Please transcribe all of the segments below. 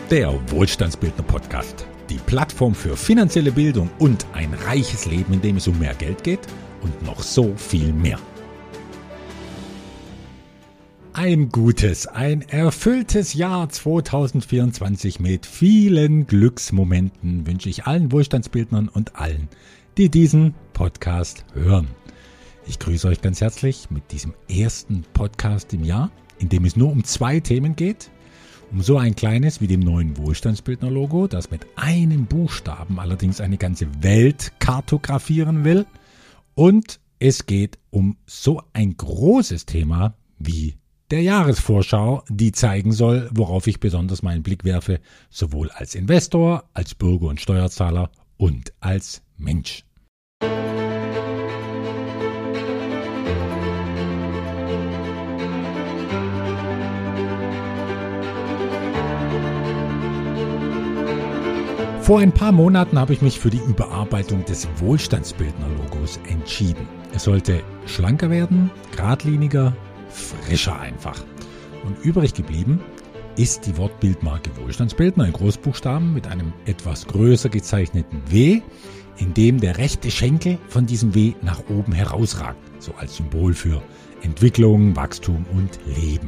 Der Wohlstandsbildner Podcast. Die Plattform für finanzielle Bildung und ein reiches Leben, in dem es um mehr Geld geht und noch so viel mehr. Ein gutes, ein erfülltes Jahr 2024 mit vielen Glücksmomenten wünsche ich allen Wohlstandsbildnern und allen, die diesen Podcast hören. Ich grüße euch ganz herzlich mit diesem ersten Podcast im Jahr, in dem es nur um 2 Themen geht. Um so ein kleines wie dem neuen Wohlstandsbildner-Logo, das mit einem Buchstaben allerdings eine ganze Welt kartografieren will. Und es geht um so ein großes Thema wie der Jahresvorschau, die zeigen soll, worauf ich besonders meinen Blick werfe, sowohl als Investor, als Bürger und Steuerzahler und als Mensch. Vor ein paar Monaten habe ich mich für die Überarbeitung des Wohlstandsbildner-Logos entschieden. Es sollte schlanker werden, geradliniger, frischer einfach. Und übrig geblieben ist die Wortbildmarke Wohlstandsbildner in Großbuchstaben mit einem etwas größer gezeichneten W, in dem der rechte Schenkel von diesem W nach oben herausragt, so als Symbol für Entwicklung, Wachstum und Leben.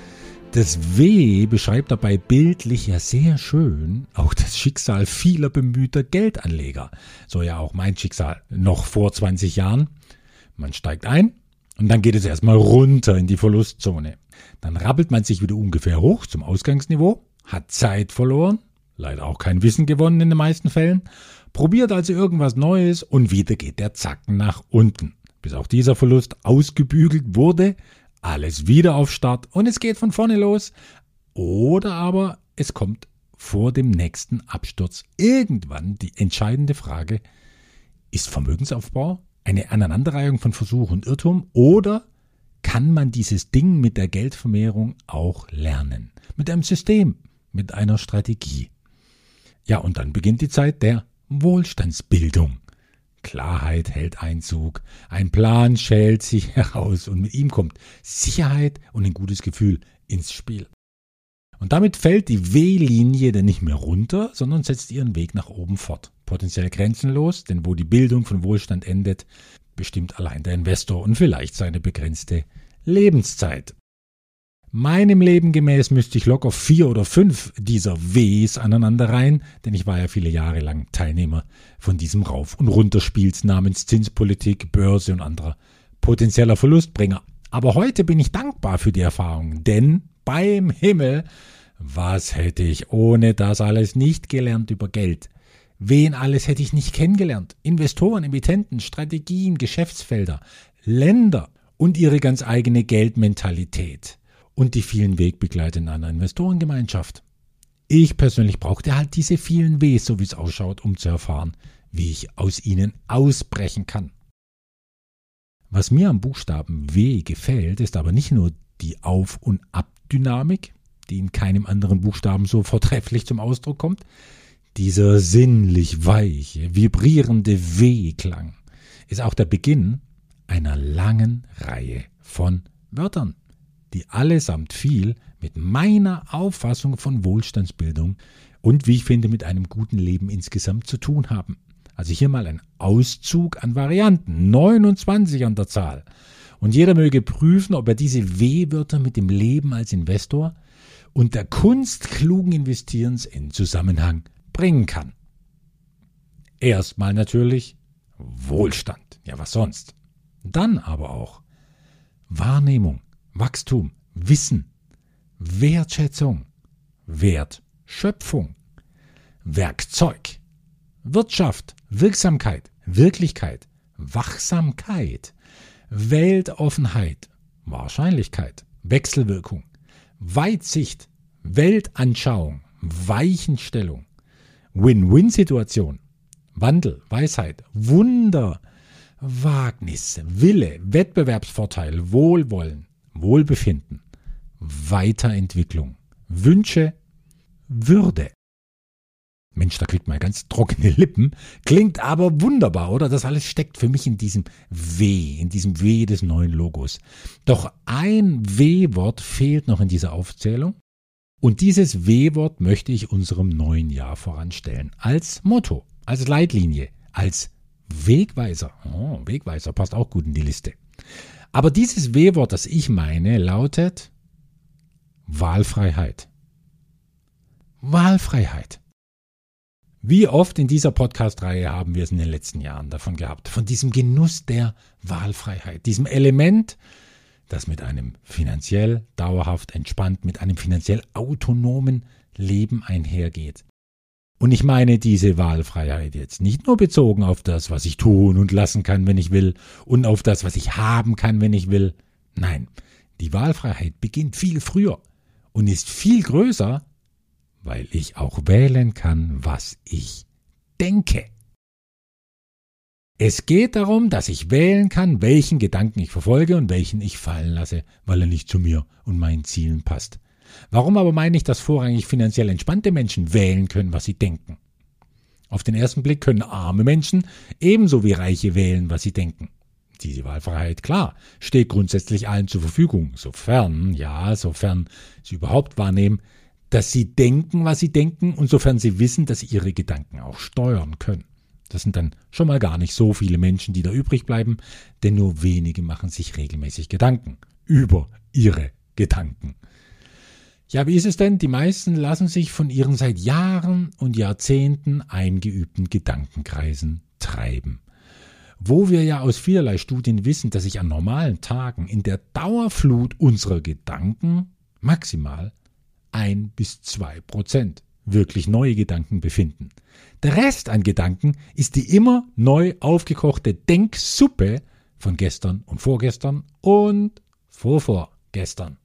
Das W beschreibt dabei bildlich ja sehr schön auch das Schicksal vieler bemühter Geldanleger. So ja auch mein Schicksal noch vor 20 Jahren. Man steigt ein und dann geht es erstmal runter in die Verlustzone. Dann rappelt man sich wieder ungefähr hoch zum Ausgangsniveau, hat Zeit verloren, leider auch kein Wissen gewonnen in den meisten Fällen, probiert also irgendwas Neues und wieder geht der Zacken nach unten, bis auch dieser Verlust ausgebügelt wurde. Alles wieder auf Start und es geht von vorne los. Oder aber es kommt vor dem nächsten Absturz irgendwann die entscheidende Frage, ist Vermögensaufbau eine Aneinanderreihung von Versuch und Irrtum oder kann man dieses Ding mit der Geldvermehrung auch lernen? Mit einem System, mit einer Strategie. Ja, und dann beginnt die Zeit der Wohlstandsbildung. Klarheit hält Einzug, ein Plan schält sich heraus und mit ihm kommt Sicherheit und ein gutes Gefühl ins Spiel. Und damit fällt die W-Linie dann nicht mehr runter, sondern setzt ihren Weg nach oben fort. Potenziell grenzenlos, denn wo die Bildung von Wohlstand endet, bestimmt allein der Investor und vielleicht seine begrenzte Lebenszeit. Meinem Leben gemäß müsste ich locker 4 oder 5 dieser Ws aneinanderreihen, denn ich war ja viele Jahre lang Teilnehmer von diesem Rauf- und Runterspiels namens Zinspolitik, Börse und anderer potenzieller Verlustbringer. Aber heute bin ich dankbar für die Erfahrung, denn beim Himmel, was hätte ich ohne das alles nicht gelernt über Geld? Wen alles hätte ich nicht kennengelernt? Investoren, Emittenten, Strategien, Geschäftsfelder, Länder und ihre ganz eigene Geldmentalität. Und die vielen Wegbegleiter in einer Investorengemeinschaft. Ich persönlich brauchte halt diese vielen Ws, so wie es ausschaut, um zu erfahren, wie ich aus ihnen ausbrechen kann. Was mir am Buchstaben W gefällt, ist aber nicht nur die Auf- und Abdynamik, die in keinem anderen Buchstaben so vortrefflich zum Ausdruck kommt. Dieser sinnlich weiche, vibrierende W-Klang ist auch der Beginn einer langen Reihe von Wörtern, die allesamt viel mit meiner Auffassung von Wohlstandsbildung und, wie ich finde, mit einem guten Leben insgesamt zu tun haben. Also hier mal ein Auszug an Varianten, 29 an der Zahl. Und jeder möge prüfen, ob er diese W-Wörter mit dem Leben als Investor und der Kunst klugen Investierens in Zusammenhang bringen kann. Erstmal natürlich Wohlstand, ja was sonst. Dann aber auch Wahrnehmung, Wachstum, Wissen, Wertschätzung, Wertschöpfung, Werkzeug, Wirtschaft, Wirksamkeit, Wirklichkeit, Wachsamkeit, Weltoffenheit, Wahrscheinlichkeit, Wechselwirkung, Weitsicht, Weltanschauung, Weichenstellung, Win-Win-Situation, Wandel, Weisheit, Wunder, Wagnis, Wille, Wettbewerbsvorteil, Wohlwollen, Wohlbefinden, Weiterentwicklung, Wünsche, Würde. Mensch, da kriegt man ganz trockene Lippen. Klingt aber wunderbar, oder? Das alles steckt für mich in diesem W des neuen Logos. Doch ein W-Wort fehlt noch in dieser Aufzählung. Und dieses W-Wort möchte ich unserem neuen Jahr voranstellen. Als Motto, als Leitlinie, als Wegweiser. Oh, Wegweiser passt auch gut in die Liste. Aber dieses W-Wort, das ich meine, lautet Wahlfreiheit. Wahlfreiheit. Wie oft in dieser Podcast-Reihe haben wir es in den letzten Jahren davon gehabt, von diesem Genuss der Wahlfreiheit, diesem Element, das mit einem finanziell dauerhaft entspannt, mit einem finanziell autonomen Leben einhergeht. Und ich meine diese Wahlfreiheit jetzt nicht nur bezogen auf das, was ich tun und lassen kann, wenn ich will, und auf das, was ich haben kann, wenn ich will. Nein, die Wahlfreiheit beginnt viel früher und ist viel größer, weil ich auch wählen kann, was ich denke. Es geht darum, dass ich wählen kann, welchen Gedanken ich verfolge und welchen ich fallen lasse, weil er nicht zu mir und meinen Zielen passt. Warum aber meine ich, dass vorrangig finanziell entspannte Menschen wählen können, was sie denken? Auf den ersten Blick können arme Menschen ebenso wie Reiche wählen, was sie denken. Diese Wahlfreiheit, klar, steht grundsätzlich allen zur Verfügung, sofern sie überhaupt wahrnehmen, dass sie denken, was sie denken, und sofern sie wissen, dass sie ihre Gedanken auch steuern können. Das sind dann schon mal gar nicht so viele Menschen, die da übrig bleiben, denn nur wenige machen sich regelmäßig Gedanken über ihre Gedanken. Ja, wie ist es denn? Die meisten lassen sich von ihren seit Jahren und Jahrzehnten eingeübten Gedankenkreisen treiben. Wo wir ja aus vielerlei Studien wissen, dass sich an normalen Tagen in der Dauerflut unserer Gedanken maximal 1-2% wirklich neue Gedanken befinden. Der Rest an Gedanken ist die immer neu aufgekochte Denksuppe von gestern und vorgestern und vorvorgestern.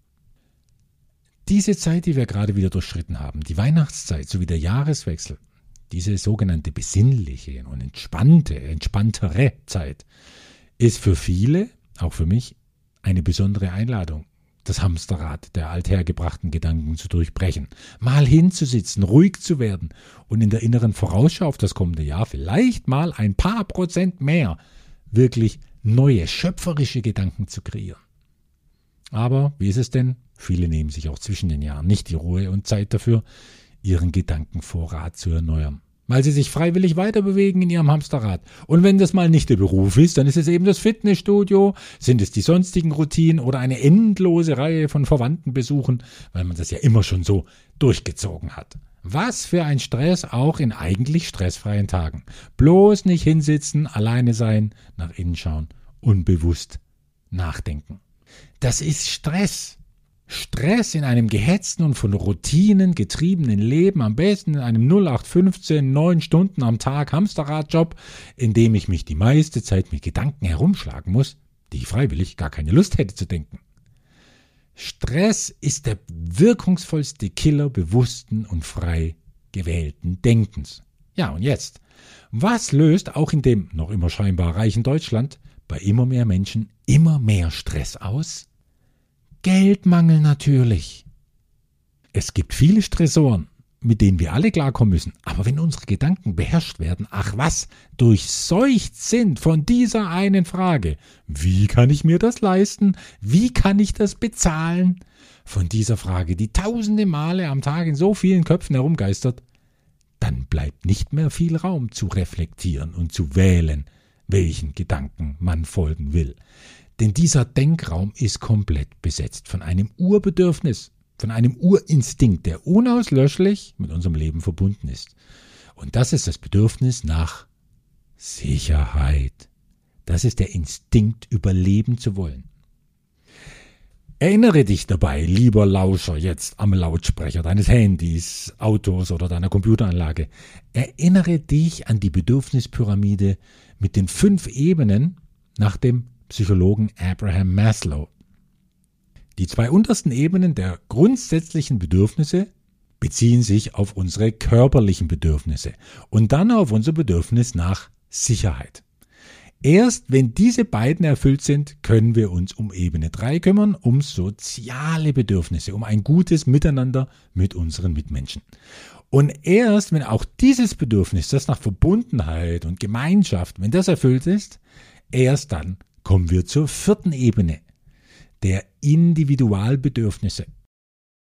Diese Zeit, die wir gerade wieder durchschritten haben, die Weihnachtszeit sowie der Jahreswechsel, diese sogenannte besinnliche und entspanntere Zeit, ist für viele, auch für mich, eine besondere Einladung, das Hamsterrad der althergebrachten Gedanken zu durchbrechen, mal hinzusitzen, ruhig zu werden und in der inneren Vorausschau auf das kommende Jahr vielleicht mal ein paar Prozent mehr wirklich neue, schöpferische Gedanken zu kreieren. Aber wie ist es denn? Viele nehmen sich auch zwischen den Jahren nicht die Ruhe und Zeit dafür, ihren Gedankenvorrat zu erneuern, weil sie sich freiwillig weiter bewegen in ihrem Hamsterrad. Und wenn das mal nicht der Beruf ist, dann ist es eben das Fitnessstudio, sind es die sonstigen Routinen oder eine endlose Reihe von Verwandtenbesuchen, weil man das ja immer schon so durchgezogen hat. Was für ein Stress auch in eigentlich stressfreien Tagen. Bloß nicht hinsitzen, alleine sein, nach innen schauen und bewusst nachdenken. Das ist Stress. Stress in einem gehetzten und von Routinen getriebenen Leben, am besten in einem 0815, 9 Stunden am Tag Hamsterradjob, in dem ich mich die meiste Zeit mit Gedanken herumschlagen muss, die ich freiwillig gar keine Lust hätte zu denken. Stress ist der wirkungsvollste Killer bewussten und frei gewählten Denkens. Ja, und jetzt? Was löst auch in dem noch immer scheinbar reichen Deutschland bei immer mehr Menschen immer mehr Stress aus? Geldmangel natürlich. Es gibt viele Stressoren, mit denen wir alle klarkommen müssen. Aber wenn unsere Gedanken beherrscht werden, durchseucht sind von dieser einen Frage, wie kann ich mir das leisten? Wie kann ich das bezahlen? Von dieser Frage, die tausende Male am Tag in so vielen Köpfen herumgeistert, dann bleibt nicht mehr viel Raum zu reflektieren und zu wählen, welchen Gedanken man folgen will. Denn dieser Denkraum ist komplett besetzt von einem Urbedürfnis, von einem Urinstinkt, der unauslöschlich mit unserem Leben verbunden ist. Und das ist das Bedürfnis nach Sicherheit. Das ist der Instinkt, überleben zu wollen. Erinnere dich dabei, lieber Lauscher, jetzt am Lautsprecher deines Handys, Autos oder deiner Computeranlage. Erinnere dich an die Bedürfnispyramide mit den 5 Ebenen nach dem Psychologen Abraham Maslow. Die 2 untersten Ebenen der grundsätzlichen Bedürfnisse beziehen sich auf unsere körperlichen Bedürfnisse und dann auf unser Bedürfnis nach Sicherheit. Erst wenn diese beiden erfüllt sind, können wir uns um Ebene 3 kümmern, um soziale Bedürfnisse, um ein gutes Miteinander mit unseren Mitmenschen. Und erst wenn auch dieses Bedürfnis, das nach Verbundenheit und Gemeinschaft, wenn das erfüllt ist, erst dann kommen wir zur 4. Ebene, der Individualbedürfnisse.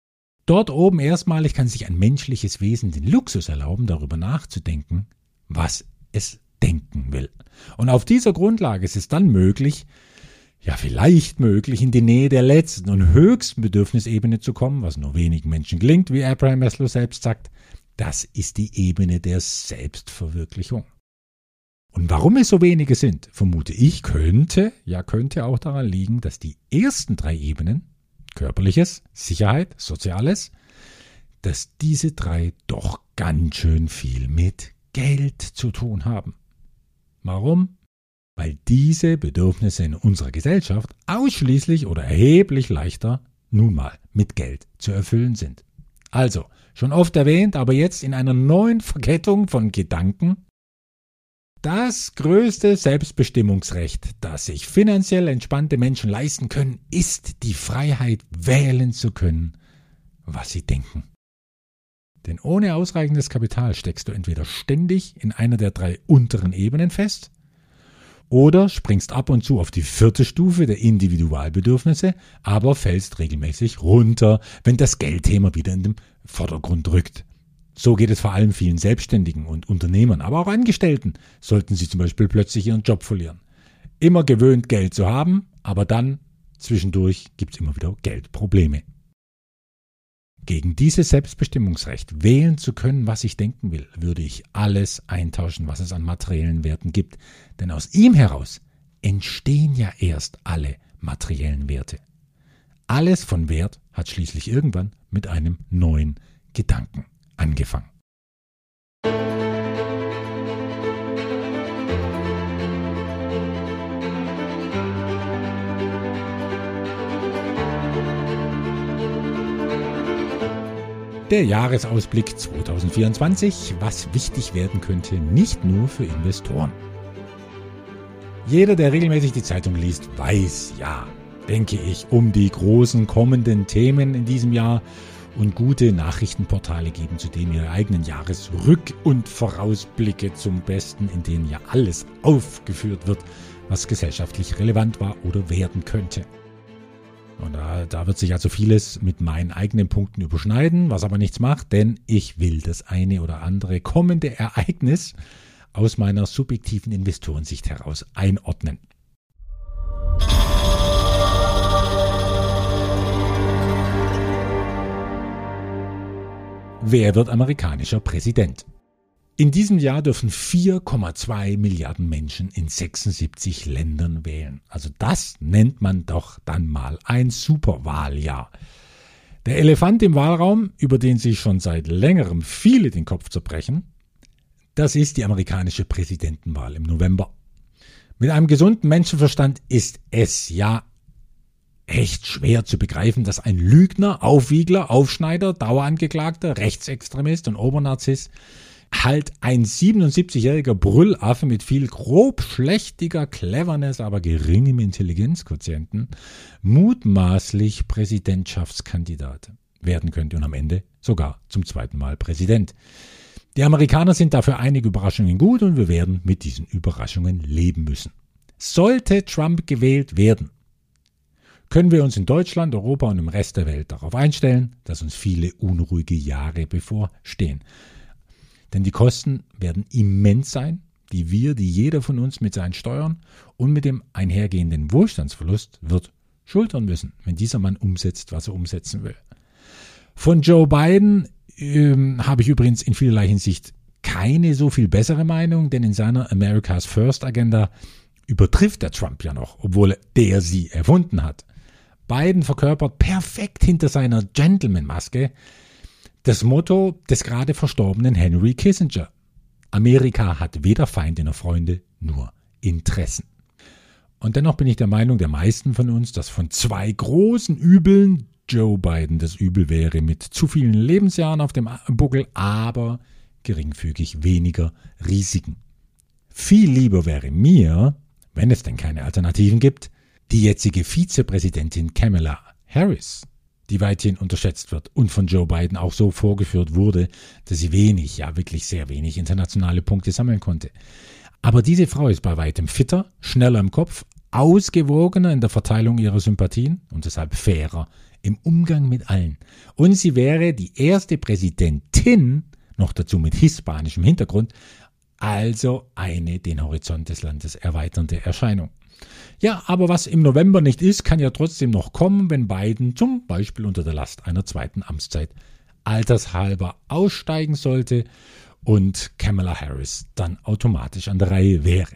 Dort oben erstmalig kann sich ein menschliches Wesen den Luxus erlauben, darüber nachzudenken, was es denken will. Und auf dieser Grundlage ist es dann möglich, ja vielleicht möglich, in die Nähe der letzten und höchsten Bedürfnisebene zu kommen, was nur wenigen Menschen gelingt, wie Abraham Maslow selbst sagt. Das ist die Ebene der Selbstverwirklichung. Und warum es so wenige sind, vermute ich, könnte auch daran liegen, dass die ersten 3 Ebenen, Körperliches, Sicherheit, Soziales, dass diese 3 doch ganz schön viel mit Geld zu tun haben. Warum? Weil diese Bedürfnisse in unserer Gesellschaft ausschließlich oder erheblich leichter nun mal mit Geld zu erfüllen sind. Also, schon oft erwähnt, aber jetzt in einer neuen Verkettung von Gedanken: Das größte Selbstbestimmungsrecht, das sich finanziell entspannte Menschen leisten können, ist die Freiheit, wählen zu können, was sie denken. Denn ohne ausreichendes Kapital steckst du entweder ständig in einer der 3 unteren Ebenen fest oder springst ab und zu auf die 4. Stufe der Individualbedürfnisse, aber fällst regelmäßig runter, wenn das Geldthema wieder in den Vordergrund rückt. So geht es vor allem vielen Selbstständigen und Unternehmern, aber auch Angestellten, sollten sie zum Beispiel plötzlich ihren Job verlieren. Immer gewöhnt, Geld zu haben, aber dann zwischendurch gibt es immer wieder Geldprobleme. Gegen dieses Selbstbestimmungsrecht, wählen zu können, was ich denken will, würde ich alles eintauschen, was es an materiellen Werten gibt. Denn aus ihm heraus entstehen ja erst alle materiellen Werte. Alles von Wert hat schließlich irgendwann mit einem neuen Gedanken angefangen. Der Jahresausblick 2024, was wichtig werden könnte, nicht nur für Investoren. Jeder, der regelmäßig die Zeitung liest, weiß, denke ich, um die großen kommenden Themen in diesem Jahr, und gute Nachrichtenportale geben zudem ihre eigenen Jahresrück- und Vorausblicke zum Besten, in denen ja alles aufgeführt wird, was gesellschaftlich relevant war oder werden könnte. Und da wird sich also vieles mit meinen eigenen Punkten überschneiden, was aber nichts macht, denn ich will das eine oder andere kommende Ereignis aus meiner subjektiven Investorensicht heraus einordnen. Wer wird amerikanischer Präsident? In diesem Jahr dürfen 4,2 Milliarden Menschen in 76 Ländern wählen. Also das nennt man doch dann mal ein Superwahljahr. Der Elefant im Wahlraum, über den sich schon seit längerem viele den Kopf zerbrechen, das ist die amerikanische Präsidentenwahl im November. Mit einem gesunden Menschenverstand ist es ja echt schwer zu begreifen, dass ein Lügner, Aufwiegler, Aufschneider, Dauerangeklagter, Rechtsextremist und Obernarzisst halt ein 77-jähriger Brüllaffe mit viel grobschlächtiger Cleverness, aber geringem Intelligenzquotienten mutmaßlich Präsidentschaftskandidat werden könnte und am Ende sogar zum 2. Mal Präsident. Die Amerikaner sind dafür einige Überraschungen gut und wir werden mit diesen Überraschungen leben müssen. Sollte Trump gewählt werden, können wir uns in Deutschland, Europa und im Rest der Welt darauf einstellen, dass uns viele unruhige Jahre bevorstehen. Denn die Kosten werden immens sein, die jeder von uns mit seinen Steuern und mit dem einhergehenden Wohlstandsverlust wird schultern müssen, wenn dieser Mann umsetzt, was er umsetzen will. Von Joe Biden habe ich übrigens in vielerlei Hinsicht keine so viel bessere Meinung, denn in seiner America's First Agenda übertrifft der Trump ja noch, obwohl der sie erfunden hat. Biden verkörpert perfekt hinter seiner Gentleman-Maske das Motto des gerade verstorbenen Henry Kissinger. Amerika hat weder Feinde noch Freunde, nur Interessen. Und dennoch bin ich der Meinung der meisten von uns, dass von 2 großen Übeln Joe Biden das Übel wäre, mit zu vielen Lebensjahren auf dem Buckel, aber geringfügig weniger Risiken. Viel lieber wäre mir, wenn es denn keine Alternativen gibt, die jetzige Vizepräsidentin Kamala Harris, die weithin unterschätzt wird und von Joe Biden auch so vorgeführt wurde, dass sie wirklich sehr wenig internationale Punkte sammeln konnte. Aber diese Frau ist bei weitem fitter, schneller im Kopf, ausgewogener in der Verteilung ihrer Sympathien und deshalb fairer im Umgang mit allen. Und sie wäre die erste Präsidentin, noch dazu mit hispanischem Hintergrund, also eine den Horizont des Landes erweiternde Erscheinung. Ja, aber was im November nicht ist, kann ja trotzdem noch kommen, wenn Biden zum Beispiel unter der Last einer zweiten Amtszeit altershalber aussteigen sollte und Kamala Harris dann automatisch an der Reihe wäre.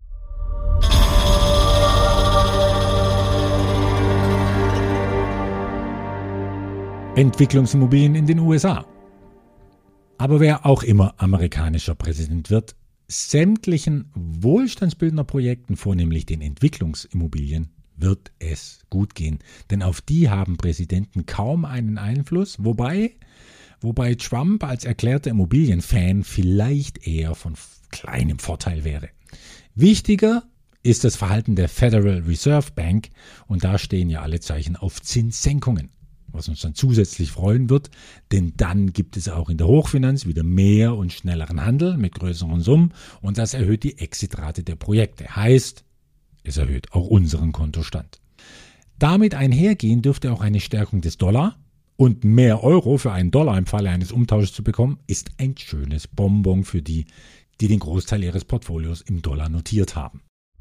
Entwicklungsimmobilien in den USA. Aber wer auch immer amerikanischer Präsident wird, sämtlichen Wohlstandsbildnerprojekten, vornehmlich den Entwicklungsimmobilien, wird es gut gehen. Denn auf die haben Präsidenten kaum einen Einfluss, wobei Trump als erklärter Immobilienfan vielleicht eher von kleinem Vorteil wäre. Wichtiger ist das Verhalten der Federal Reserve Bank und da stehen ja alle Zeichen auf Zinssenkungen, was uns dann zusätzlich freuen wird, denn dann gibt es auch in der Hochfinanz wieder mehr und schnelleren Handel mit größeren Summen und das erhöht die Exitrate der Projekte. Heißt, es erhöht auch unseren Kontostand. Damit einhergehen dürfte auch eine Stärkung des Dollar und mehr Euro für einen Dollar im Falle eines Umtausches zu bekommen, ist ein schönes Bonbon für die, die den Großteil ihres Portfolios im Dollar notiert haben.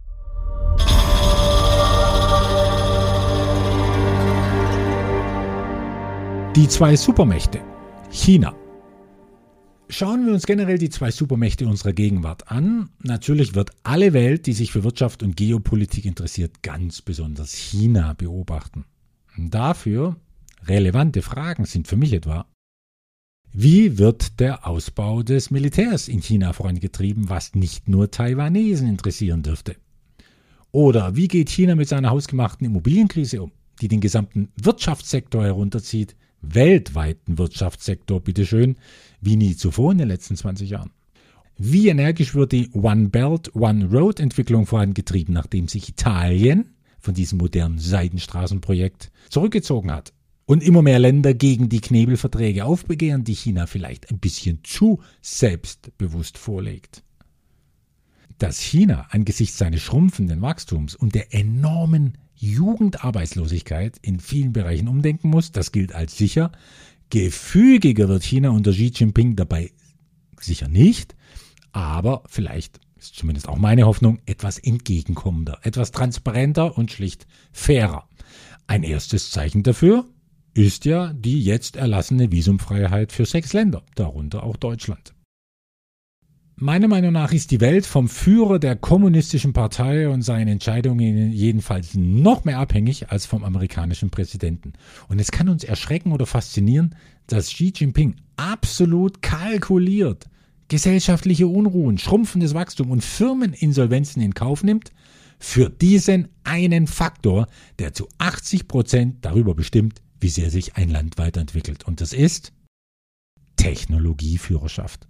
Die zwei Supermächte. China. Schauen wir uns generell die zwei Supermächte unserer Gegenwart an. Natürlich wird alle Welt, die sich für Wirtschaft und Geopolitik interessiert, ganz besonders China beobachten. Dafür relevante Fragen sind für mich etwa: Wie wird der Ausbau des Militärs in China vorangetrieben, was nicht nur Taiwanesen interessieren dürfte? Oder wie geht China mit seiner hausgemachten Immobilienkrise um, die den gesamten Wirtschaftssektor herunterzieht? Weltweiten Wirtschaftssektor, bitteschön, wie nie zuvor in den letzten 20 Jahren. Wie energisch wird die One Belt, One Road Entwicklung vorangetrieben, nachdem sich Italien von diesem modernen Seidenstraßenprojekt zurückgezogen hat und immer mehr Länder gegen die Knebelverträge aufbegehren, die China vielleicht ein bisschen zu selbstbewusst vorlegt. Dass China angesichts seines schrumpfenden Wachstums und der enormen Jugendarbeitslosigkeit in vielen Bereichen umdenken muss, das gilt als sicher. Gefügiger wird China unter Xi Jinping dabei sicher nicht, aber vielleicht ist zumindest auch meine Hoffnung etwas entgegenkommender, etwas transparenter und schlicht fairer. Ein erstes Zeichen dafür ist ja die jetzt erlassene Visumfreiheit für 6 Länder, darunter auch Deutschland. Meiner Meinung nach ist die Welt vom Führer der kommunistischen Partei und seinen Entscheidungen jedenfalls noch mehr abhängig als vom amerikanischen Präsidenten. Und es kann uns erschrecken oder faszinieren, dass Xi Jinping absolut kalkuliert gesellschaftliche Unruhen, schrumpfendes Wachstum und Firmeninsolvenzen in Kauf nimmt, für diesen einen Faktor, der zu 80% darüber bestimmt, wie sehr sich ein Land weiterentwickelt. Und das ist Technologieführerschaft.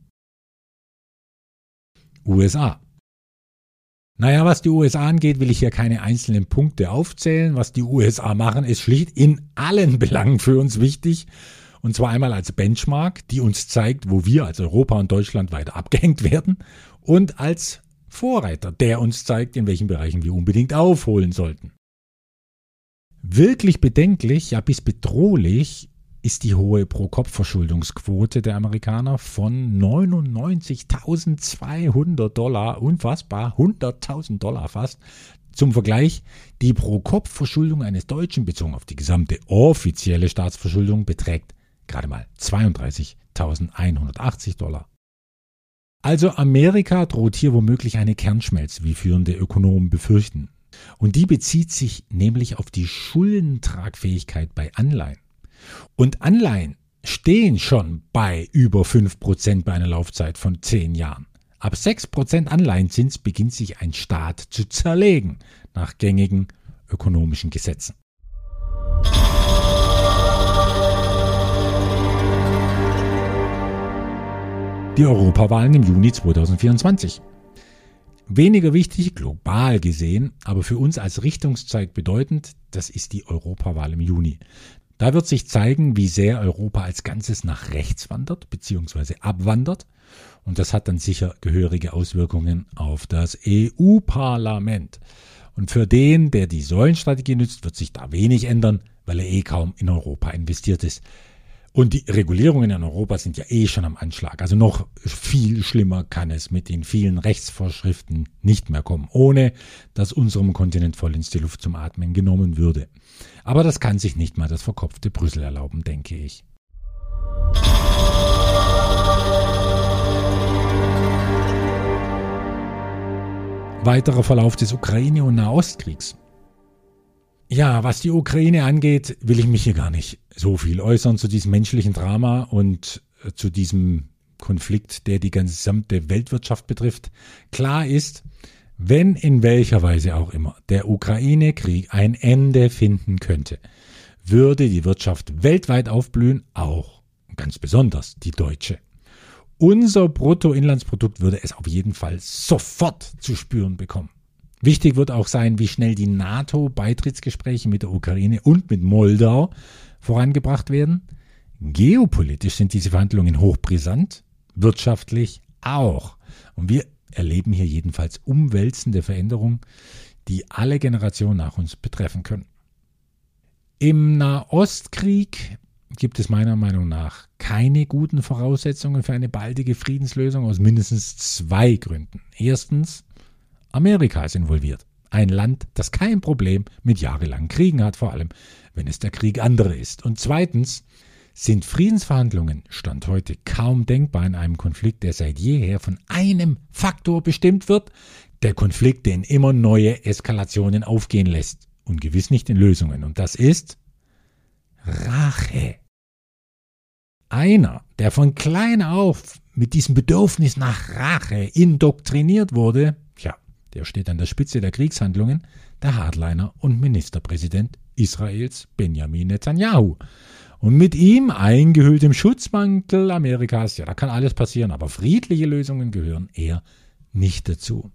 USA. Naja, was die USA angeht, will ich hier keine einzelnen Punkte aufzählen. Was die USA machen, ist schlicht in allen Belangen für uns wichtig. Und zwar einmal als Benchmark, die uns zeigt, wo wir als Europa und Deutschland weiter abgehängt werden. Und als Vorreiter, der uns zeigt, in welchen Bereichen wir unbedingt aufholen sollten. Wirklich bedenklich, ja bis bedrohlich, ist die hohe Pro-Kopf-Verschuldungsquote der Amerikaner von 99.200 $, unfassbar, 100.000 $ fast. Zum Vergleich, die Pro-Kopf-Verschuldung eines Deutschen bezogen auf die gesamte offizielle Staatsverschuldung beträgt gerade mal 32.180 $. Also Amerika droht hier womöglich eine Kernschmelze, wie führende Ökonomen befürchten. Und die bezieht sich nämlich auf die Schuldentragfähigkeit bei Anleihen. Und Anleihen stehen schon bei über 5% bei einer Laufzeit von 10 Jahren. Ab 6% Anleihenzins beginnt sich ein Staat zu zerlegen, nach gängigen ökonomischen Gesetzen. Die Europawahlen im Juni 2024. Weniger wichtig, global gesehen, aber für uns als Richtungszeit bedeutend, das ist die Europawahl im Juni. Da wird sich zeigen, wie sehr Europa als Ganzes nach rechts wandert bzw. abwandert. Und das hat dann sicher gehörige Auswirkungen auf das EU-Parlament. Und für den, der die Säulenstrategie nützt, wird sich da wenig ändern, weil er kaum in Europa investiert ist. Und die Regulierungen in Europa sind ja schon am Anschlag. Also noch viel schlimmer kann es mit den vielen Rechtsvorschriften nicht mehr kommen, ohne dass unserem Kontinent vollends die Luft zum Atmen genommen würde. Aber das kann sich nicht mal das verkopfte Brüssel erlauben, denke ich. Weiterer Verlauf des Ukraine- und Nahostkriegs. Ja, was die Ukraine angeht, will ich mich hier gar nicht so viel äußern zu diesem menschlichen Drama und zu diesem Konflikt, der die gesamte Weltwirtschaft betrifft. Klar ist, wenn in welcher Weise auch immer der Ukraine-Krieg ein Ende finden könnte, würde die Wirtschaft weltweit aufblühen, auch ganz besonders die deutsche. Unser Bruttoinlandsprodukt würde es auf jeden Fall sofort zu spüren bekommen. Wichtig wird auch sein, wie schnell die NATO-Beitrittsgespräche mit der Ukraine und mit Moldau vorangebracht werden. Geopolitisch sind diese Verhandlungen hochbrisant, wirtschaftlich auch. Und wir erleben hier jedenfalls umwälzende Veränderungen, die alle Generationen nach uns betreffen können. Im Nahostkrieg gibt es meiner Meinung nach keine guten Voraussetzungen für eine baldige Friedenslösung aus mindestens 2 Gründen. Erstens, Amerika ist involviert. Ein Land, das kein Problem mit jahrelangen Kriegen hat, vor allem wenn es der Krieg anderer ist. Und zweitens sind Friedensverhandlungen Stand heute kaum denkbar in einem Konflikt, der seit jeher von einem Faktor bestimmt wird, der Konflikt, den immer neue Eskalationen aufgehen lässt und gewiss nicht in Lösungen. Und das ist Rache. Einer, der von klein auf mit diesem Bedürfnis nach Rache indoktriniert wurde, der steht an der Spitze der Kriegshandlungen, der Hardliner und Ministerpräsident Israels Benjamin Netanyahu. Und mit ihm, eingehüllt im Schutzmantel Amerikas, da kann alles passieren, aber friedliche Lösungen gehören eher nicht dazu.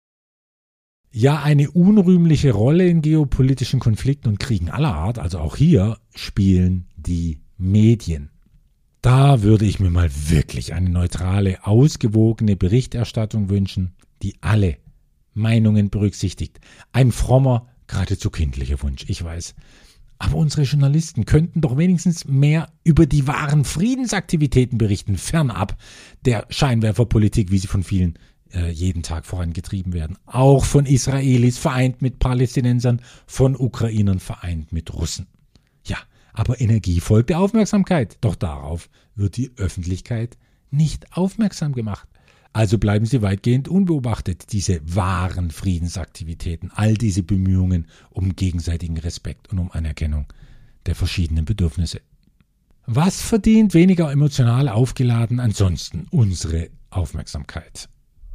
Ja, eine unrühmliche Rolle in geopolitischen Konflikten und Kriegen aller Art, also auch hier, spielen die Medien. Da würde ich mir mal wirklich eine neutrale, ausgewogene Berichterstattung wünschen, die alle Meinungen berücksichtigt. Ein frommer, geradezu kindlicher Wunsch, ich weiß. Aber unsere Journalisten könnten doch wenigstens mehr über die wahren Friedensaktivitäten berichten, fernab der Scheinwerferpolitik, wie sie von vielen jeden Tag vorangetrieben werden. Auch von Israelis vereint mit Palästinensern, von Ukrainern vereint mit Russen. Ja, aber Energie folgt der Aufmerksamkeit. Doch darauf wird die Öffentlichkeit nicht aufmerksam gemacht. Also bleiben sie weitgehend unbeobachtet, diese wahren Friedensaktivitäten, all diese Bemühungen um gegenseitigen Respekt und um Anerkennung der verschiedenen Bedürfnisse. Was verdient weniger emotional aufgeladen ansonsten unsere Aufmerksamkeit?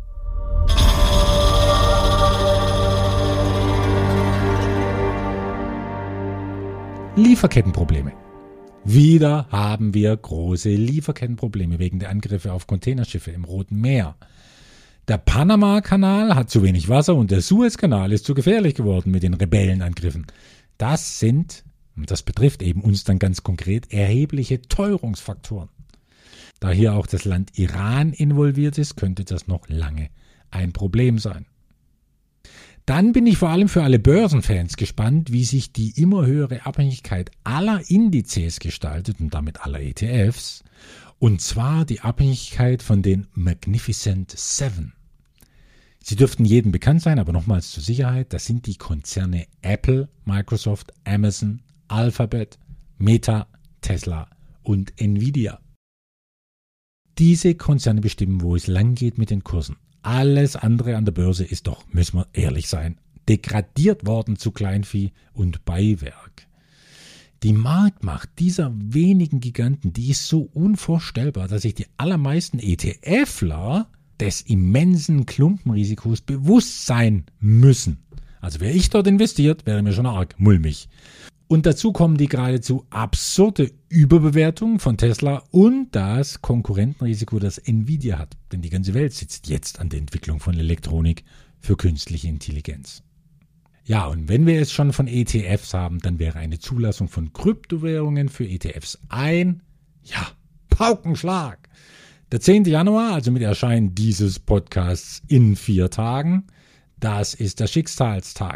Lieferkettenprobleme. Wieder haben wir große Lieferkettenprobleme wegen der Angriffe auf Containerschiffe im Roten Meer. Der Panama-Kanal hat zu wenig Wasser und der Suezkanal ist zu gefährlich geworden mit den Rebellenangriffen. Das betrifft eben uns dann ganz konkret, erhebliche Teuerungsfaktoren. Da hier auch das Land Iran involviert ist, könnte das noch lange ein Problem sein. Dann bin ich vor allem für alle Börsenfans gespannt, wie sich die immer höhere Abhängigkeit aller Indizes gestaltet und damit aller ETFs, und zwar die Abhängigkeit von den Magnificent Seven. Sie dürften jedem bekannt sein, aber nochmals zur Sicherheit, das sind die Konzerne Apple, Microsoft, Amazon, Alphabet, Meta, Tesla und Nvidia. Diese Konzerne bestimmen, wo es lang geht mit den Kursen. Alles andere an der Börse ist doch, müssen wir ehrlich sein, degradiert worden zu Kleinvieh und Beiwerk. Die Marktmacht dieser wenigen Giganten, die ist so unvorstellbar, dass sich die allermeisten ETFler des immensen Klumpenrisikos bewusst sein müssen. Also wäre ich dort investiert, wäre mir schon arg mulmig. Und dazu kommen die geradezu absurde Überbewertung von Tesla und das Konkurrentenrisiko, das Nvidia hat. Denn die ganze Welt sitzt jetzt an der Entwicklung von Elektronik für künstliche Intelligenz. Ja, und wenn wir es schon von ETFs haben, dann wäre eine Zulassung von Kryptowährungen für ETFs ein Paukenschlag. Der 10. Januar, also mit Erscheinen dieses Podcasts in 4 Tagen, das ist der Schicksalstag.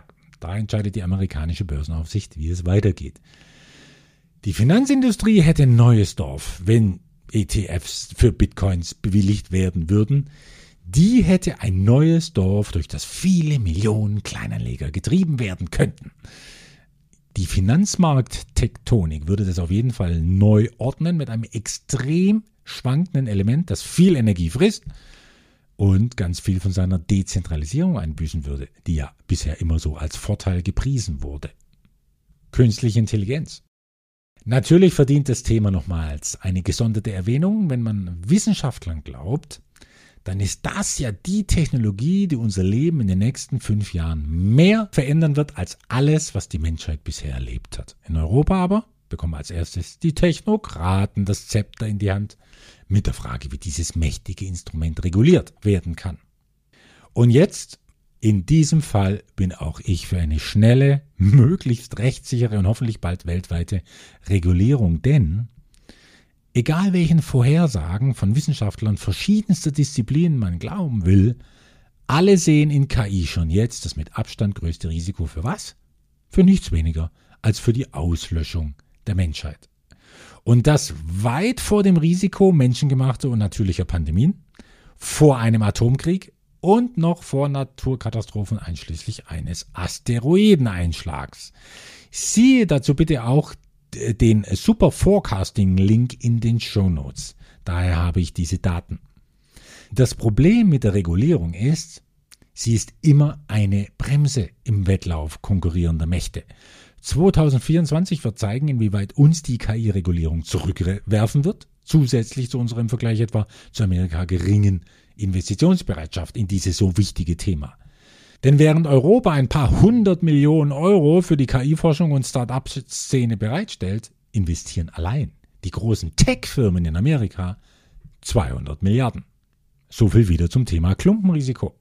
Da entscheidet die amerikanische Börsenaufsicht, wie es weitergeht. Die Finanzindustrie hätte ein neues Dorf, wenn ETFs für Bitcoins bewilligt werden würden. Die hätte ein neues Dorf, durch das viele Millionen Kleinanleger getrieben werden könnten. Die Finanzmarkttektonik würde das auf jeden Fall neu ordnen mit einem extrem schwankenden Element, das viel Energie frisst und ganz viel von seiner Dezentralisierung einbüßen würde, die ja bisher immer so als Vorteil gepriesen wurde. Künstliche Intelligenz. Natürlich verdient das Thema nochmals eine gesonderte Erwähnung. Wenn man Wissenschaftlern glaubt, dann ist das ja die Technologie, die unser Leben in den nächsten 5 Jahren mehr verändern wird als alles, was die Menschheit bisher erlebt hat. In Europa aber bekommen als erstes die Technokraten das Zepter in die Hand mit der Frage, wie dieses mächtige Instrument reguliert werden kann. Und jetzt, in diesem Fall, bin auch ich für eine schnelle, möglichst rechtssichere und hoffentlich bald weltweite Regulierung, denn egal welchen Vorhersagen von Wissenschaftlern verschiedenster Disziplinen man glauben will, alle sehen in KI schon jetzt das mit Abstand größte Risiko für was? Für nichts weniger als für die Auslöschung der Menschheit. Und das weit vor dem Risiko menschengemachter und natürlicher Pandemien, vor einem Atomkrieg und noch vor Naturkatastrophen einschließlich eines Asteroideneinschlags. Siehe dazu bitte auch den Super Forecasting Link in den Shownotes. Daher habe ich diese Daten. Das Problem mit der Regulierung ist, sie ist immer eine Bremse im Wettlauf konkurrierender Mächte. 2024 wird zeigen, inwieweit uns die KI-Regulierung zurückwerfen wird, zusätzlich zu unserem Vergleich etwa zu Amerika geringen Investitionsbereitschaft in dieses so wichtige Thema. Denn während Europa ein paar 100 Millionen Euro für die KI-Forschung und Start-up-Szene bereitstellt, investieren allein die großen Tech-Firmen in Amerika 200 Milliarden. So viel wieder zum Thema Klumpenrisiko.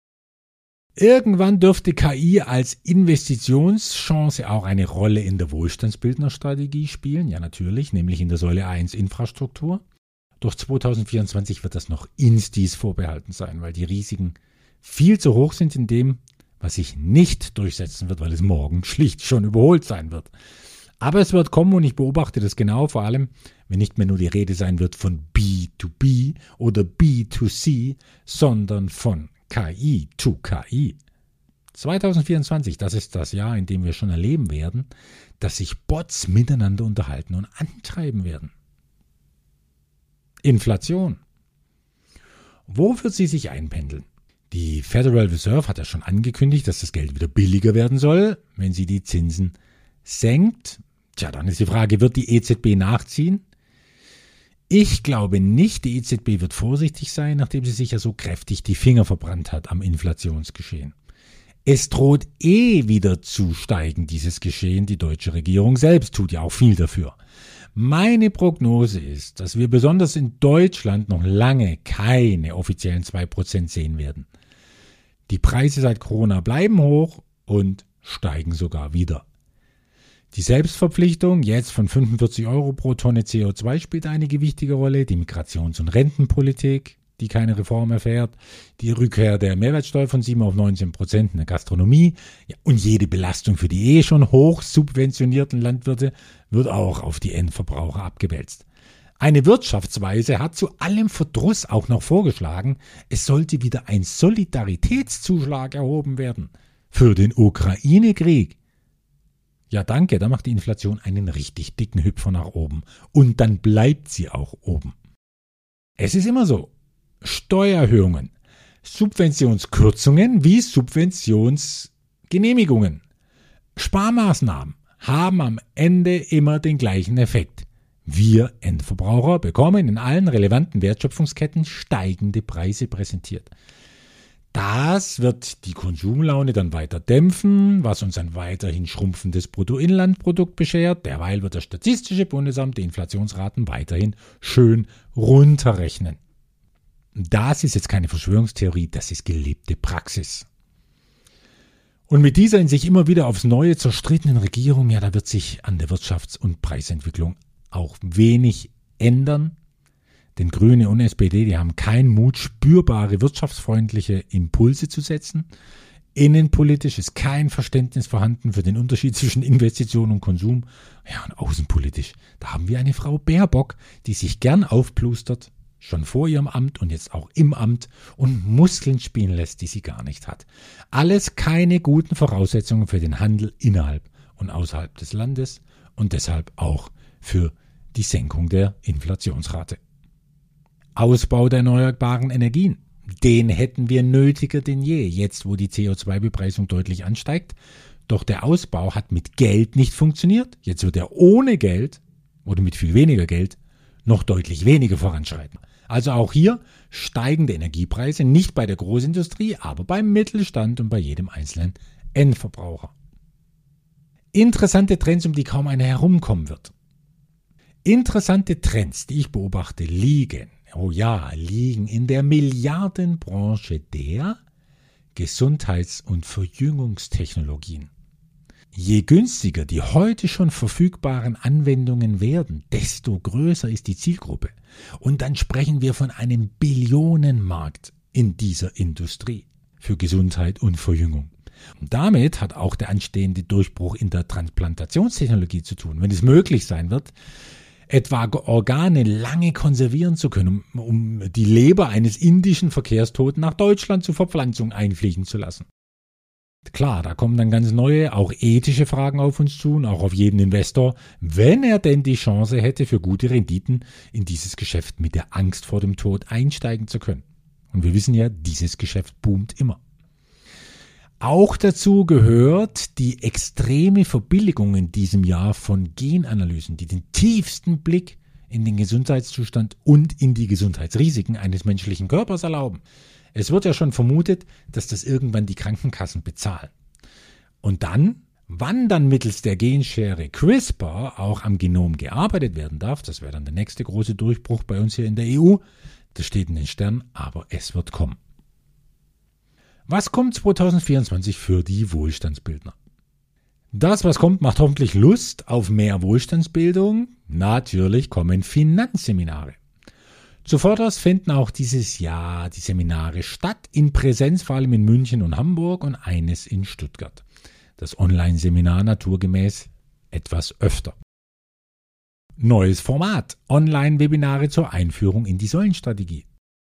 Irgendwann dürfte KI als Investitionschance auch eine Rolle in der Wohlstandsbildnerstrategie spielen. Ja, natürlich, nämlich in der Säule 1 Infrastruktur. Doch 2024 wird das noch Instis vorbehalten sein, weil die Risiken viel zu hoch sind in dem, was sich nicht durchsetzen wird, weil es morgen schlicht schon überholt sein wird. Aber es wird kommen und ich beobachte das genau, vor allem, wenn nicht mehr nur die Rede sein wird von B2B oder B2C, sondern von KI to KI. 2024, das ist das Jahr, in dem wir schon erleben werden, dass sich Bots miteinander unterhalten und antreiben werden. Inflation. Wo wird sie sich einpendeln? Die Federal Reserve hat ja schon angekündigt, dass das Geld wieder billiger werden soll, wenn sie die Zinsen senkt. Tja, dann ist die Frage, wird die EZB nachziehen? Ich glaube nicht, die EZB wird vorsichtig sein, nachdem sie sich ja so kräftig die Finger verbrannt hat am Inflationsgeschehen. Es droht wieder zu steigen, dieses Geschehen. Die deutsche Regierung selbst tut ja auch viel dafür. Meine Prognose ist, dass wir besonders in Deutschland noch lange keine offiziellen 2% sehen werden. Die Preise seit Corona bleiben hoch und steigen sogar wieder. Die Selbstverpflichtung jetzt von 45 Euro pro Tonne CO2 spielt eine gewichtige Rolle. Die Migrations- und Rentenpolitik, die keine Reform erfährt. Die Rückkehr der Mehrwertsteuer von 7 auf 19% in der Gastronomie. Ja, und jede Belastung für die schon hoch subventionierten Landwirte wird auch auf die Endverbraucher abgewälzt. Eine Wirtschaftsweise hat zu allem Verdruss auch noch vorgeschlagen, es sollte wieder ein Solidaritätszuschlag erhoben werden für den Ukraine-Krieg. Ja, danke, da macht die Inflation einen richtig dicken Hüpfer nach oben. Und dann bleibt sie auch oben. Es ist immer so. Steuererhöhungen, Subventionskürzungen wie Subventionsgenehmigungen, Sparmaßnahmen haben am Ende immer den gleichen Effekt. Wir Endverbraucher bekommen in allen relevanten Wertschöpfungsketten steigende Preise präsentiert. Das wird die Konsumlaune dann weiter dämpfen, was uns ein weiterhin schrumpfendes Bruttoinlandprodukt beschert. Derweil wird das Statistische Bundesamt die Inflationsraten weiterhin schön runterrechnen. Das ist jetzt keine Verschwörungstheorie, das ist gelebte Praxis. Und mit dieser in sich immer wieder aufs Neue zerstrittenen Regierung, ja, da wird sich an der Wirtschafts- und Preisentwicklung auch wenig ändern. Denn Grüne und SPD, die haben keinen Mut, spürbare wirtschaftsfreundliche Impulse zu setzen. Innenpolitisch ist kein Verständnis vorhanden für den Unterschied zwischen Investition und Konsum. Ja, und außenpolitisch, da haben wir eine Frau Baerbock, die sich gern aufplustert, schon vor ihrem Amt und jetzt auch im Amt und Muskeln spielen lässt, die sie gar nicht hat. Alles keine guten Voraussetzungen für den Handel innerhalb und außerhalb des Landes und deshalb auch für die Senkung der Inflationsrate. Ausbau der erneuerbaren Energien. Den hätten wir nötiger denn je, jetzt wo die CO2-Bepreisung deutlich ansteigt. Doch der Ausbau hat mit Geld nicht funktioniert. Jetzt wird er ohne Geld oder mit viel weniger Geld noch deutlich weniger voranschreiten. Also auch hier steigende Energiepreise, nicht bei der Großindustrie, aber beim Mittelstand und bei jedem einzelnen Endverbraucher. Interessante Trends, um die kaum einer herumkommen wird. Interessante Trends, die ich beobachte, liegen in der Milliardenbranche der Gesundheits- und Verjüngungstechnologien. Je günstiger die heute schon verfügbaren Anwendungen werden, desto größer ist die Zielgruppe. Und dann sprechen wir von einem Billionenmarkt in dieser Industrie für Gesundheit und Verjüngung. Und damit hat auch der anstehende Durchbruch in der Transplantationstechnologie zu tun, wenn es möglich sein wird, etwa Organe lange konservieren zu können, um die Leber eines indischen Verkehrstoten nach Deutschland zur Verpflanzung einfliegen zu lassen. Klar, da kommen dann ganz neue, auch ethische Fragen auf uns zu und auch auf jeden Investor, wenn er denn die Chance hätte, für gute Renditen in dieses Geschäft mit der Angst vor dem Tod einsteigen zu können. Und wir wissen ja, dieses Geschäft boomt immer. Auch dazu gehört die extreme Verbilligung in diesem Jahr von Genanalysen, die den tiefsten Blick in den Gesundheitszustand und in die Gesundheitsrisiken eines menschlichen Körpers erlauben. Es wird ja schon vermutet, dass das irgendwann die Krankenkassen bezahlen. Und dann, wann dann mittels der Genschere CRISPR auch am Genom gearbeitet werden darf, das wäre dann der nächste große Durchbruch bei uns hier in der EU, das steht in den Sternen, aber es wird kommen. Was kommt 2024 für die Wohlstandsbildner? Das, was kommt, macht hoffentlich Lust auf mehr Wohlstandsbildung. Natürlich kommen Finanzseminare. Zuvorderst finden auch dieses Jahr die Seminare statt, in Präsenz vor allem in München und Hamburg und eines in Stuttgart. Das Online-Seminar naturgemäß etwas öfter. Neues Format, Online-Webinare zur Einführung in die Säulenstrategie.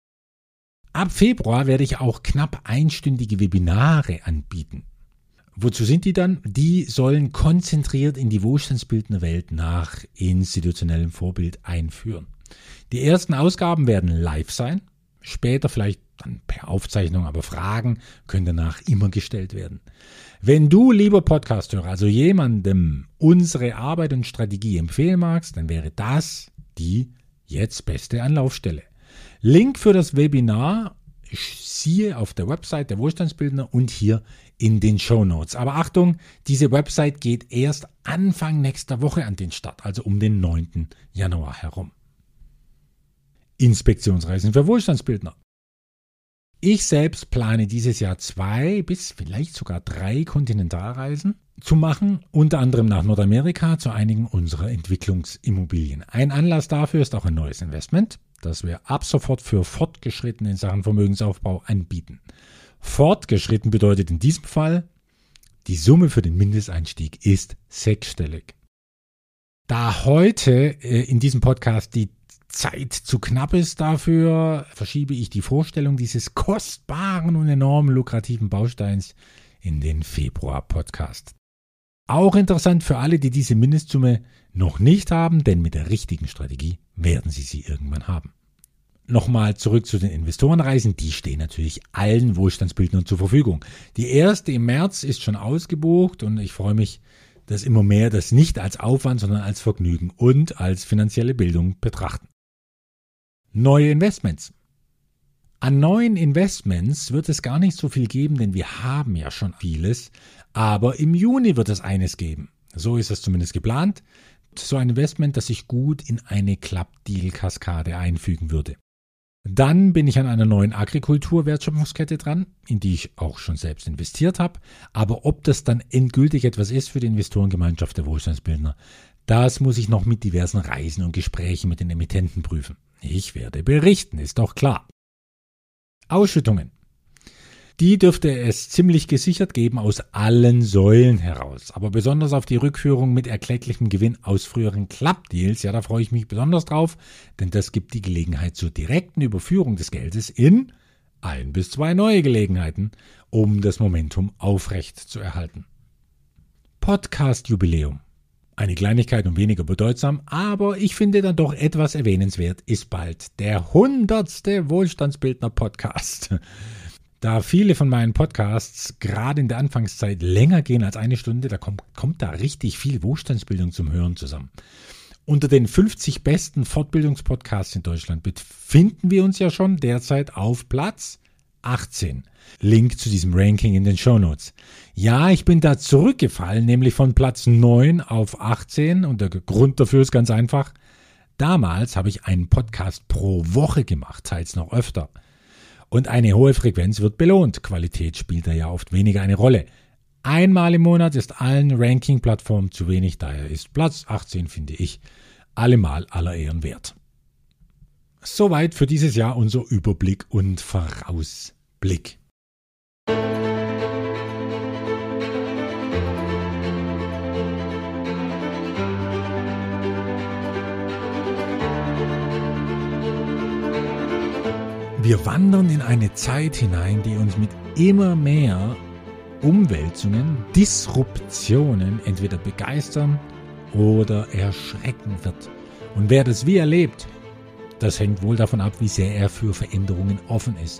Ab Februar werde ich auch knapp einstündige Webinare anbieten. Wozu sind die dann? Die sollen konzentriert in die Wohlstandsbildnerwelt nach institutionellem Vorbild einführen. Die ersten Ausgaben werden live sein, später vielleicht dann per Aufzeichnung, aber Fragen können danach immer gestellt werden. Wenn du, lieber Podcast-Hörer, also jemandem unsere Arbeit und Strategie empfehlen magst, dann wäre das die jetzt beste Anlaufstelle. Link für das Webinar siehe auf der Website der Wohlstandsbildner und hier in den Shownotes. Aber Achtung, diese Website geht erst Anfang nächster Woche an den Start, also um den 9. Januar herum. Inspektionsreisen für Wohlstandsbildner. Ich selbst plane dieses Jahr 2 bis vielleicht sogar 3 Kontinentalreisen zu machen, unter anderem nach Nordamerika zu einigen unserer Entwicklungsimmobilien. Ein Anlass dafür ist auch ein neues Investment, das wir ab sofort für Fortgeschrittene in Sachen Vermögensaufbau anbieten. Fortgeschritten bedeutet in diesem Fall, die Summe für den Mindesteinstieg ist 6-stellig. Da heute in diesem Podcast die Zeit zu knapp ist dafür, verschiebe ich die Vorstellung dieses kostbaren und enorm lukrativen Bausteins in den Februar-Podcast. Auch interessant für alle, die diese Mindestsumme noch nicht haben, denn mit der richtigen Strategie werden sie irgendwann haben. Nochmal zurück zu den Investorenreisen, die stehen natürlich allen Wohlstandsbildnern zur Verfügung. Die erste im März ist schon ausgebucht und ich freue mich, dass immer mehr das nicht als Aufwand, sondern als Vergnügen und als finanzielle Bildung betrachten. Neue Investments. An neuen Investments wird es gar nicht so viel geben, denn wir haben ja schon vieles, aber im Juni wird es eines geben. So ist es zumindest geplant. So ein Investment, das sich gut in eine Club-Deal-Kaskade einfügen würde. Dann bin ich an einer neuen Agrikultur-Wertschöpfungskette dran, in die ich auch schon selbst investiert habe. Aber ob das dann endgültig etwas ist für die Investorengemeinschaft der Wohlstandsbildner, das muss ich noch mit diversen Reisen und Gesprächen mit den Emittenten prüfen. Ich werde berichten, ist doch klar. Ausschüttungen. Die dürfte es ziemlich gesichert geben aus allen Säulen heraus. Aber besonders auf die Rückführung mit erklecklichem Gewinn aus früheren Club-Deals, ja, da freue ich mich besonders drauf, denn das gibt die Gelegenheit zur direkten Überführung des Geldes in 1 bis 2 neue Gelegenheiten, um das Momentum aufrecht zu erhalten. Podcast-Jubiläum. Eine Kleinigkeit und weniger bedeutsam, aber ich finde dann doch etwas erwähnenswert, ist bald der 100. Wohlstandsbildner-Podcast. Da viele von meinen Podcasts gerade in der Anfangszeit länger gehen als 1 Stunde, da kommt da richtig viel Wohlstandsbildung zum Hören zusammen. Unter den 50 besten Fortbildungspodcasts in Deutschland befinden wir uns ja schon derzeit auf Platz 18. Link zu diesem Ranking in den Shownotes. Ja, ich bin da zurückgefallen, nämlich von Platz 9 auf 18 und der Grund dafür ist ganz einfach. Damals habe ich einen Podcast pro Woche gemacht, teils noch öfter. Und eine hohe Frequenz wird belohnt. Qualität spielt da ja oft weniger eine Rolle. Einmal im Monat ist allen Ranking-Plattformen zu wenig, daher ist Platz 18, finde ich, allemal aller Ehren wert. Soweit für dieses Jahr unser Überblick und Vorausblick. Wir wandern in eine Zeit hinein, die uns mit immer mehr Umwälzungen, Disruptionen entweder begeistern oder erschrecken wird. Und wer das wie erlebt, das hängt wohl davon ab, wie sehr er für Veränderungen offen ist.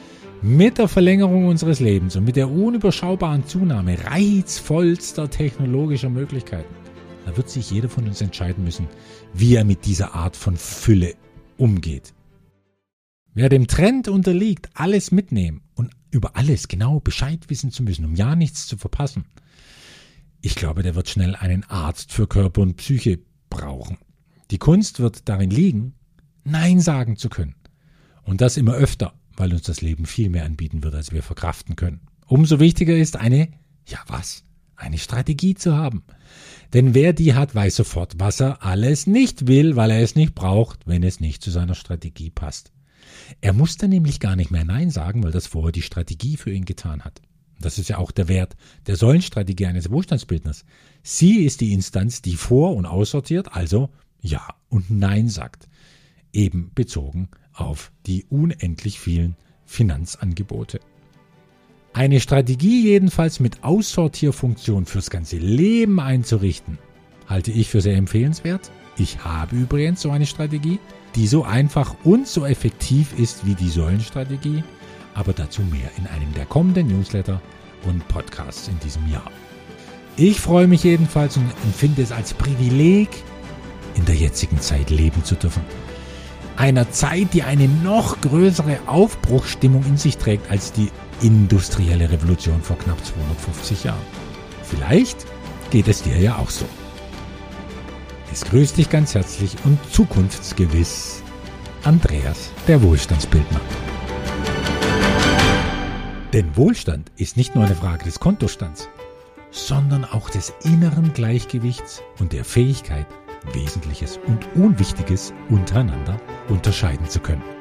Mit der Verlängerung unseres Lebens und mit der unüberschaubaren Zunahme reizvollster technologischer Möglichkeiten, da wird sich jeder von uns entscheiden müssen, wie er mit dieser Art von Fülle umgeht. Wer dem Trend unterliegt, alles mitnehmen und über alles genau Bescheid wissen zu müssen, um ja nichts zu verpassen, ich glaube, der wird schnell einen Arzt für Körper und Psyche brauchen. Die Kunst wird darin liegen, Nein sagen zu können. Und das immer öfter, weil uns das Leben viel mehr anbieten wird, als wir verkraften können. Umso wichtiger ist eine Strategie zu haben. Denn wer die hat, weiß sofort, was er alles nicht will, weil er es nicht braucht, wenn es nicht zu seiner Strategie passt. Er muss dann nämlich gar nicht mehr Nein sagen, weil das vorher die Strategie für ihn getan hat. Das ist ja auch der Wert der Säulenstrategie eines Wohlstandsbildners. Sie ist die Instanz, die vor- und aussortiert, also Ja und Nein sagt. Eben bezogen auf die unendlich vielen Finanzangebote. Eine Strategie jedenfalls mit Aussortierfunktion fürs ganze Leben einzurichten, halte ich für sehr empfehlenswert. Ich habe übrigens so eine Strategie, die so einfach und so effektiv ist wie die Säulenstrategie, aber dazu mehr in einem der kommenden Newsletter und Podcasts in diesem Jahr. Ich freue mich jedenfalls und empfinde es als Privileg, in der jetzigen Zeit leben zu dürfen. Einer Zeit, die eine noch größere Aufbruchsstimmung in sich trägt als die industrielle Revolution vor knapp 250 Jahren. Vielleicht geht es dir ja auch so. Es grüßt dich ganz herzlich und zukunftsgewiss Andreas, der Wohlstandsbildner. Denn Wohlstand ist nicht nur eine Frage des Kontostands, sondern auch des inneren Gleichgewichts und der Fähigkeit, Wesentliches und Unwichtiges untereinander unterscheiden zu können.